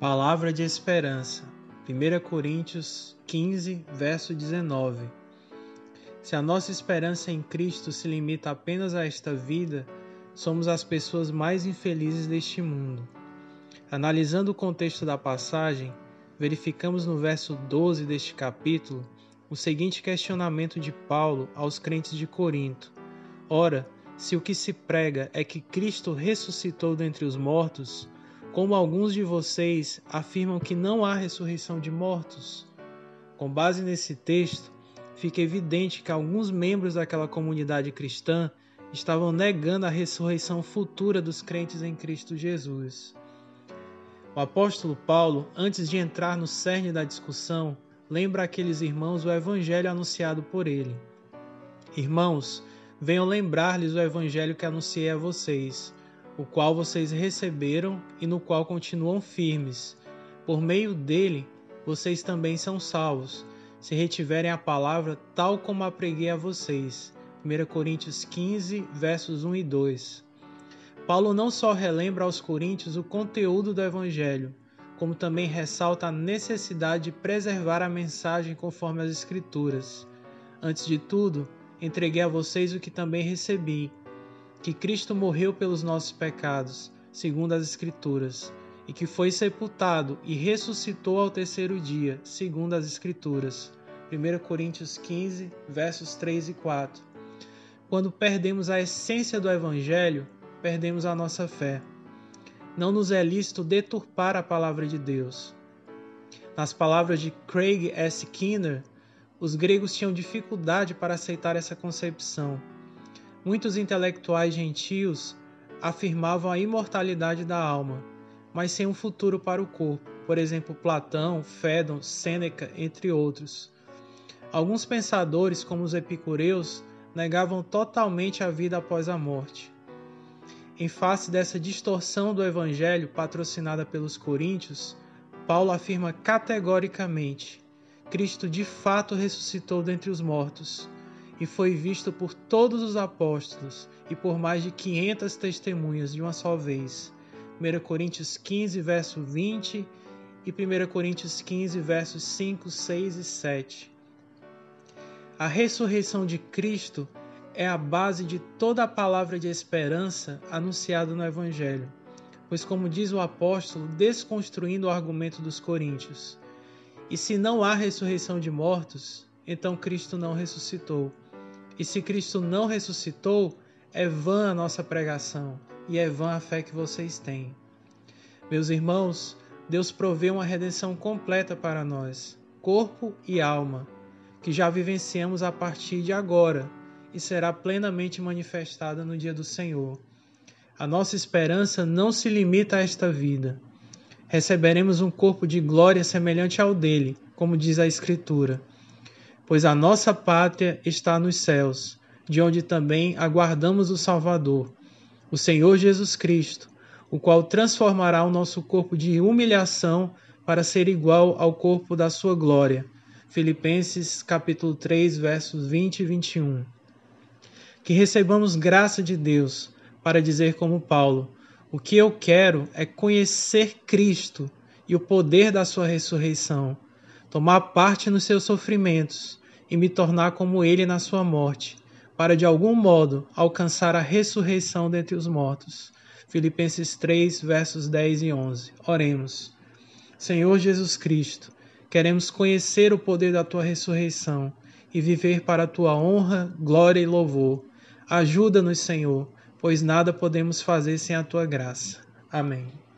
Palavra de esperança. 1 Coríntios 15, verso 19. Se a nossa esperança em Cristo se limita apenas a esta vida, somos as pessoas mais infelizes deste mundo. Analisando o contexto da passagem, verificamos no verso 12 deste capítulo o seguinte questionamento de Paulo aos crentes de Corinto. Ora, se o que se prega é que Cristo ressuscitou dentre os mortos, como alguns de vocês afirmam que não há ressurreição de mortos? Com base nesse texto, fica evidente que alguns membros daquela comunidade cristã estavam negando a ressurreição futura dos crentes em Cristo Jesus. O apóstolo Paulo, antes de entrar no cerne da discussão, lembra àqueles irmãos o evangelho anunciado por ele. Irmãos, venham lembrar-lhes o evangelho que anunciei a vocês, o qual vocês receberam e no qual continuam firmes. Por meio dele, vocês também são salvos, se retiverem a palavra tal como a preguei a vocês. 1 Coríntios 15, versos 1 e 2. Paulo não só relembra aos coríntios o conteúdo do evangelho, como também ressalta a necessidade de preservar a mensagem conforme as Escrituras. Antes de tudo, entreguei a vocês o que também recebi, que Cristo morreu pelos nossos pecados, segundo as Escrituras, e que foi sepultado e ressuscitou ao terceiro dia, segundo as Escrituras. 1 Coríntios 15, versos 3 e 4. Quando perdemos a essência do Evangelho, perdemos a nossa fé. Não nos é lícito deturpar a palavra de Deus. Nas palavras de Craig S. Keener, os gregos tinham dificuldade para aceitar essa concepção. Muitos intelectuais gentios afirmavam a imortalidade da alma, mas sem um futuro para o corpo, por exemplo, Platão, Fédon, Sêneca, entre outros. Alguns pensadores, como os epicureus, negavam totalmente a vida após a morte. Em face dessa distorção do evangelho patrocinada pelos coríntios, Paulo afirma categoricamente: Cristo de fato ressuscitou dentre os mortos e foi visto por todos os apóstolos e por mais de 500 testemunhas de uma só vez. 1 Coríntios 15, verso 20 e 1 Coríntios 15, versos 5, 6 e 7. A ressurreição de Cristo é a base de toda a palavra de esperança anunciada no Evangelho, pois, como diz o apóstolo, desconstruindo o argumento dos coríntios, e se não há ressurreição de mortos, então Cristo não ressuscitou. E se Cristo não ressuscitou, é vã a nossa pregação e é vã a fé que vocês têm. Meus irmãos, Deus proveu uma redenção completa para nós, corpo e alma, que já vivenciamos a partir de agora e será plenamente manifestada no dia do Senhor. A nossa esperança não se limita a esta vida. Receberemos um corpo de glória semelhante ao dele, como diz a Escritura. Pois a nossa pátria está nos céus, de onde também aguardamos o Salvador, o Senhor Jesus Cristo, o qual transformará o nosso corpo de humilhação para ser igual ao corpo da sua glória. Filipenses capítulo 3, versos 20 e 21. Que recebamos graça de Deus para dizer como Paulo: o que eu quero é conhecer Cristo e o poder da sua ressurreição, tomar parte nos seus sofrimentos e me tornar como ele na sua morte, para de algum modo alcançar a ressurreição dentre os mortos. Filipenses 3, versos 10 e 11. Oremos. Senhor Jesus Cristo, queremos conhecer o poder da tua ressurreição e viver para a tua honra, glória e louvor. Ajuda-nos, Senhor, pois nada podemos fazer sem a tua graça. Amém.